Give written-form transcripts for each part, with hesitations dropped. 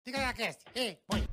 Ticaracast, põe.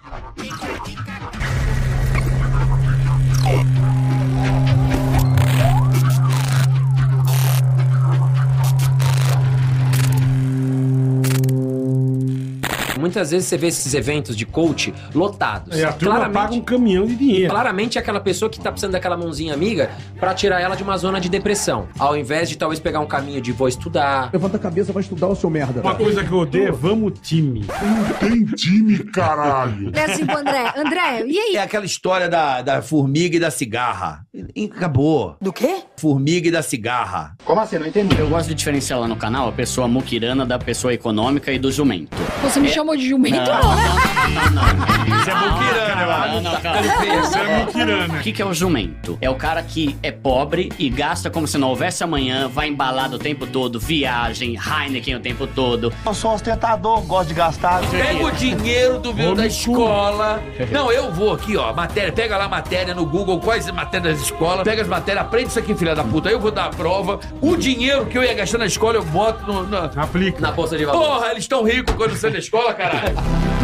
Muitas vezes você vê esses eventos de coach lotados. E a turma paga um caminhão de dinheiro. Claramente é aquela pessoa que tá precisando daquela mãozinha amiga pra tirar ela de uma zona de depressão. Ao invés de talvez pegar um caminho de vou estudar. Levanta a cabeça, vai estudar o seu merda. Uma coisa que eu odeio é vamos time. Não tem time, caralho. É assim pro André. André, e aí? É aquela história da formiga e da cigarra. E acabou. Do quê? Formiga e da cigarra. Como assim? Não entendi. Eu gosto de diferenciar lá no canal a pessoa muquirana da pessoa econômica e do jumento. Você me chamou de jumento? Não. Isso é muquirana, eu acho. Não, calma. Isso é muquirana. O que é o jumento? É o cara que é pobre e gasta como se não houvesse amanhã, vai embalado o tempo todo, viagem, Heineken o tempo todo. Eu sou ostentador, gosto de gastar. Pega o dinheiro do meu da escola. Não, eu vou aqui, ó, matéria. Pega lá a matéria no Google, quais matérias da escola. Pega as matérias, aprende isso aqui, filha da puta. Aí eu vou dar a prova. O dinheiro que eu ia gastar na escola, eu boto Aplica. Na bolsa de valores. Porra, eles estão ricos quando você é da escola, caralho.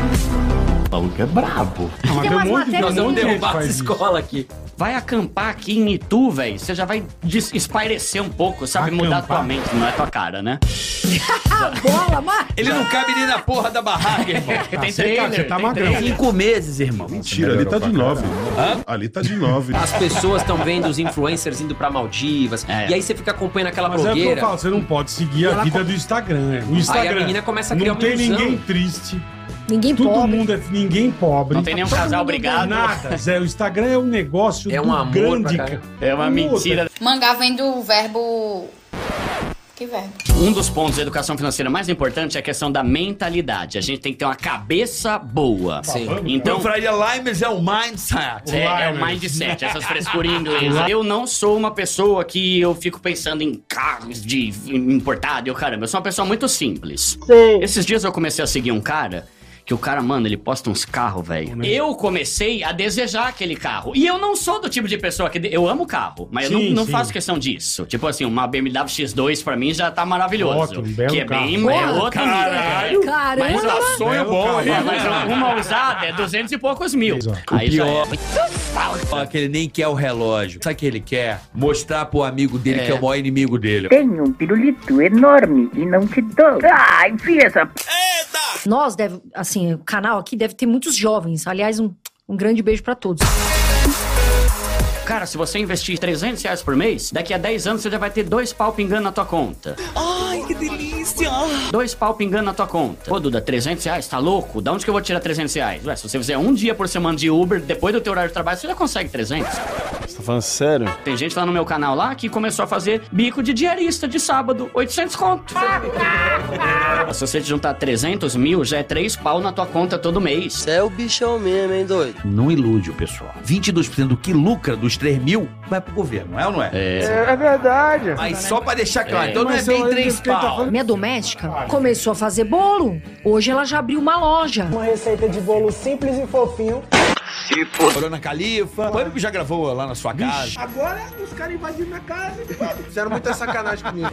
O maluco é brabo. Mas Tem tem um umas monte de matérias Nós vamos gente que derrubar faz essa isso. escola aqui. Vai acampar aqui em Itu, velho. Você já vai espairecer um pouco, sabe? Mudar a tua Acampar? mente, não é tua cara, né? Bola, mas... Ele não cabe nem na porra da barraca, irmão. Tem Você tá magrão. 5 meses, irmão. Mentira, ali tá de 9. Ali tá de 9. As pessoas estão vendo os influencers indo pra Maldivas. É. E aí você fica acompanhando aquela Mas é o que eu blogueira. falo, você não pode seguir a Ela vida do Instagram. O Instagram. Aí a menina começa a criar não uma tem ilusão. ninguém triste. Ninguém Todo pobre. mundo é ninguém pobre. Não tem nenhum Todo casal mundo obrigado. Nada, Zé. O Instagram é um negócio É um do amor grande. pra caramba. É uma mentira. Mangá vem do verbo... Que verbo? Um dos pontos da educação financeira mais importante é a questão da mentalidade. A gente tem que ter uma cabeça boa. Sim. Então, Então, Friday Limers é o mindset. é o mindset, essas frescurinhas em inglês. Eu não sou uma pessoa que eu fico pensando em carros de importado e o caramba. Eu sou uma pessoa muito simples. Esses dias eu comecei a seguir um cara que o cara, mano, ele posta uns carros, velho. Eu comecei a desejar aquele carro. E eu não sou do tipo de pessoa que... Eu amo carro, mas eu Sim, não sim. faço questão disso. Tipo assim, uma BMW X2 pra mim já tá maravilhoso. Ótimo, belo que é carro. bem... É Porra, outro nível. Caramba. Mas, ó, Sonho bom, Belo hein? mas uma usada é 200 e poucos mil. Aí já pior. é. Ó, que ele nem quer o relógio. Sabe o que ele quer? Mostrar pro amigo dele que é o maior inimigo dele. Tenho um pirulito enorme e não te dou. Ah, enfia essa... Nós deve, assim, o canal aqui deve ter muitos jovens. Aliás, um grande beijo pra todos. Cara, se você investir R$300 por mês, daqui a 10 anos você já vai ter 2 pau pingando na tua conta. Ai, que delícia! 2 pau pingando na tua conta. Pô, Duda, R$300? Tá louco? Da onde que eu vou tirar R$300? Ué, se você fizer um dia por semana de Uber, depois do teu horário de trabalho, você já consegue 300. Você tá falando sério? Tem gente lá no meu canal lá que começou a fazer bico de diarista de sábado, 800 conto. Se você juntar 300 mil, já é 3 pau na tua conta todo mês. Você é o bichão mesmo, hein, doido? Não ilude o pessoal. 22% do que lucra dos 3 mil vai pro governo, é ou não é? É verdade. Mas só pra deixar claro, então não é Mas bem eu- 3 quem tá pau. falando- Minha doméstica começou a fazer bolo. Hoje ela já abriu uma loja. Uma receita de bolo simples e fofinho. Corona Califa. O Pânico já gravou lá na sua casa. Agora os caras invadiram minha casa. Fizeram muita sacanagem comigo.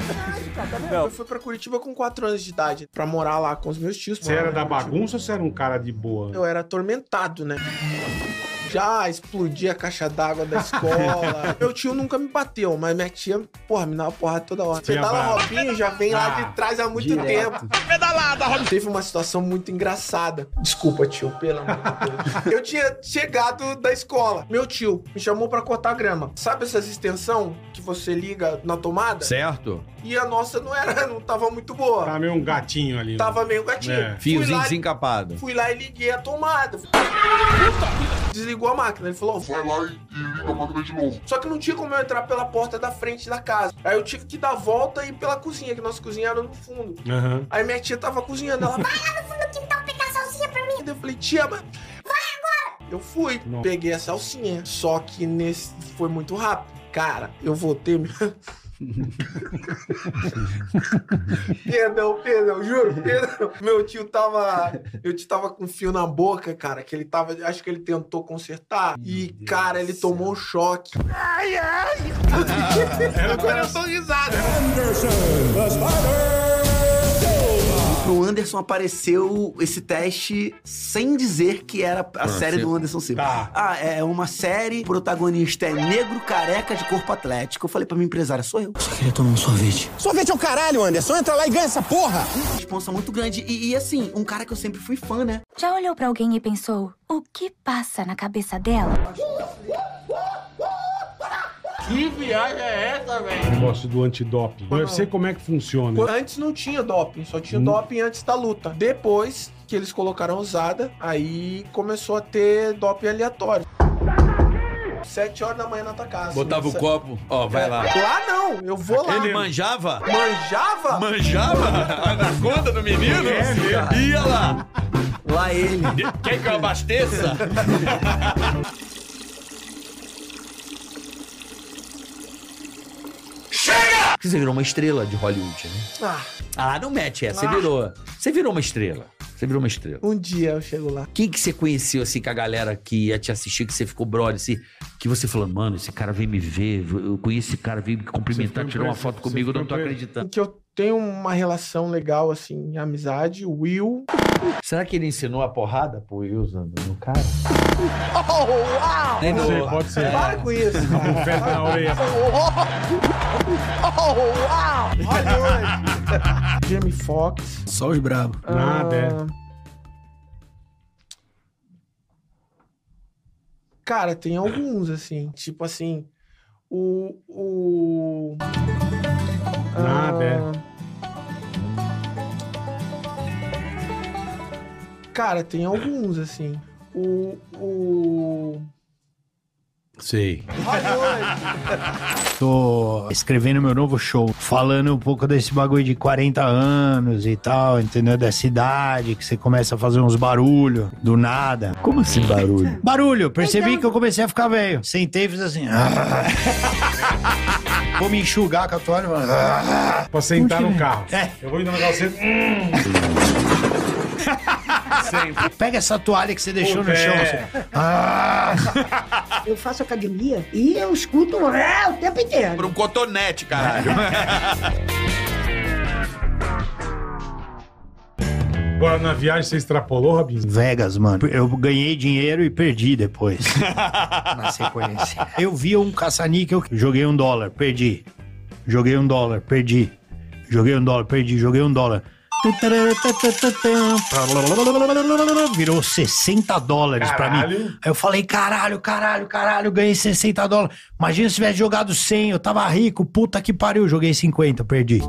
Eu fui pra Curitiba com 4 anos de idade pra morar lá com os meus tios. Você era da bagunça ou você era um cara de boa? Eu era atormentado, né? Já explodia a caixa d'água da escola. Meu tio nunca me bateu, mas minha tia, porra, me dava porrada toda hora. Você ia Pedala bravo. Robinho já vem lá de trás há muito tempo. Pedalada, Robinho. Teve uma situação muito engraçada. Desculpa, tio, pelo amor de Deus. Eu tinha chegado da escola. Meu tio me chamou pra cortar grama. Sabe essas extensão que você liga na tomada? Certo? E a nossa não tava muito boa. Tava meio um gatinho ali. Tava meio gatinho. É. Fui Fiozinho lá- desencapado. Fui lá e liguei a tomada. Desligou a máquina. Ele falou, vai lá e liga a máquina de novo. Só que não tinha como eu entrar pela porta da frente da casa. Aí eu tive que dar a volta e ir pela cozinha, que nossa cozinha era no fundo. Aham. Aí minha tia tava cozinhando. Ela, vai lá no fundo do quintal pegar a salsinha pra mim. Eu falei, tia, mas vai agora. Eu fui, Não. peguei a salsinha. Só que nesse foi muito rápido. Cara, eu voltei... Perdão, juro, perdão. Meu tio tava. Meu tio tava com fio na boca, cara. Que ele tava. Acho que ele tentou consertar. E, cara, ele tomou um choque. Ai, ai! Agora eu tô risada. Pro Anderson apareceu esse teste sem dizer que era a série do Anderson Silva. Tá. É uma série, o protagonista é negro, careca, de corpo atlético. Eu falei pra minha empresária, sou eu. Só queria tomar um sorvete. Sorvete é o caralho, Anderson. Entra lá e ganha essa porra. Uma responsa muito grande. E assim, um cara que eu sempre fui fã, né? Já olhou pra alguém e pensou, o que passa na cabeça dela? Que viagem é essa, velho? O negócio do antidoping. Eu sei como é que funciona. Antes não tinha doping, só tinha doping antes da luta. Depois que eles colocaram a usada, aí começou a ter doping aleatório. 7 horas da manhã na tua casa. Botava o copo, ó, vai lá. Lá não, eu vou lá. Ele manjava? Manjava? Manjava? Na conta do menino? Ia lá. Lá ele. Quer que eu abasteça? Chega! Você virou uma estrela de Hollywood, né? Não mete essa. Você virou uma estrela. Você virou uma estrela. Um dia eu chego lá. Quem que você conheceu, assim, com a galera que ia te assistir, que você ficou brother, assim, que você falou, mano, esse cara veio me ver, eu conheço esse cara, veio me cumprimentar, tirou uma foto comigo, eu não tô acreditando. Que eu tenho uma relação legal, assim, amizade, o Will. Será que ele ensinou a porrada pro Wilson no cara? Oh, uau! Pode ser. Para com isso. Um bufete na orelha. Oh, uau! Olha hoje. Jamie Foxx. Só os brabos. Nada, Cara, tem alguns, assim. Tipo assim, Cara, tem alguns, assim. Sei. Tô escrevendo meu novo show, falando um pouco desse bagulho de 40 anos e tal, entendeu? Dessa idade, que você começa a fazer uns barulhos do nada. Como assim barulho? Barulho, percebi que eu comecei a ficar velho. Sentei e fiz assim. Vou me enxugar com a toalha. Pra sentar no carro. É. Eu vou indo no carro você. Pega essa toalha que você deixou no chão. Eu faço academia e eu escuto o tempo inteiro. Por um cotonete, caralho. Agora, na viagem, você extrapolou, Rabinho? Vegas, mano. Eu ganhei dinheiro e perdi depois. Na sequência. Eu vi um caça-níquel, joguei $1, perdi. Joguei $1, perdi. Joguei $1, perdi. Joguei $1. Virou $60 pra mim. Aí eu falei, caralho, ganhei $60. Imagina se tivesse jogado 100, eu tava rico, puta que pariu. Joguei 50, perdi.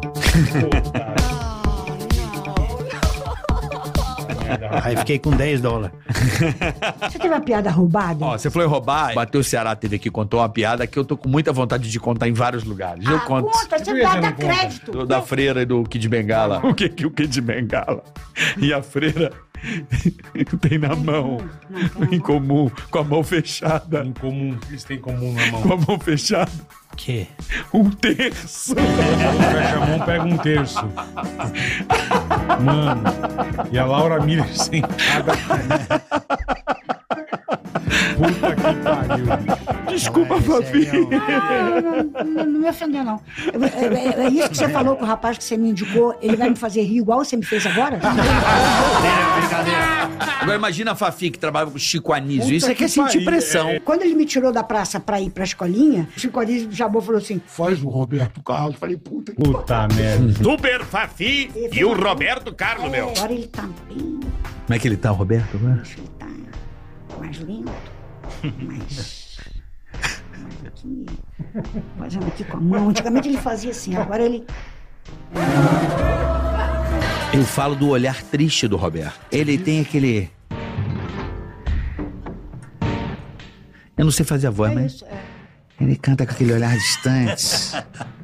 Aí fiquei com $10. Você teve uma piada roubada? Ó, você falou em roubar, bateu o Ceará TV aqui, contou uma piada que eu tô com muita vontade de contar em vários lugares. Eu conto. Conta, você dá crédito. Da freira e do Kid Bengala. O que o Kid Bengala e a freira tem na mão, em comum, com a mão fechada. Em comum, eles têm em comum na mão. Com a mão fechada. O quê? Um terço. Fecha a mão, pega um terço. Mano, e a Laura Miller sentada. Puta que pariu. Desculpa, Fabi. Não me ofendeu, não. É isso que você falou com o rapaz que você me indicou, ele vai me fazer rir igual você me fez agora? Agora imagina a Fafi que trabalha com Chico Anísio. Isso é que é sentir pressão. Quando ele me tirou da praça pra ir pra escolinha, o Chico Anísio chamou e falou assim: faz o Roberto Carlos. Falei, puta merda. Super Fafi e o Roberto Carlos, meu. Agora ele tá bem. Como é que ele tá, Roberto? Ele tá mais lento, mais aqui, fazendo aqui com a mão. Antigamente ele fazia assim, agora ele... Eu falo do olhar triste do Roberto. Ele tem aquele... Eu não sei fazer a voz, mas... Ele canta com aquele olhar distante.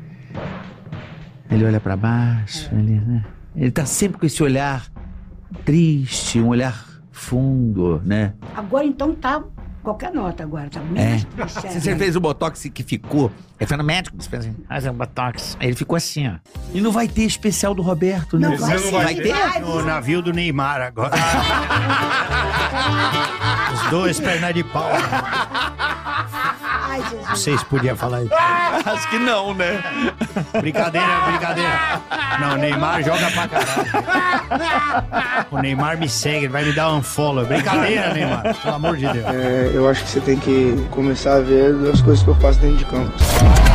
Ele olha pra baixo, ele tá sempre com esse olhar triste, um olhar fundo, né? Agora então tá qualquer nota agora, tá muito triste. Você fez o botox que ficou, ele foi no médico, você fez assim, fazer um botox. Aí ele ficou assim, ó. E não vai ter especial do Roberto, né? Não vai ter? No navio do Neymar agora. Os dois pernas de pau. Ai, Jesus. Não sei se podia falar isso. Acho que não, né? Brincadeira. Não, o Neymar joga pra caralho. O Neymar me segue, ele vai me dar um unfollow. Brincadeira, Neymar. Pelo amor de Deus. Eu acho que você tem que começar a ver as coisas que eu faço dentro de campo.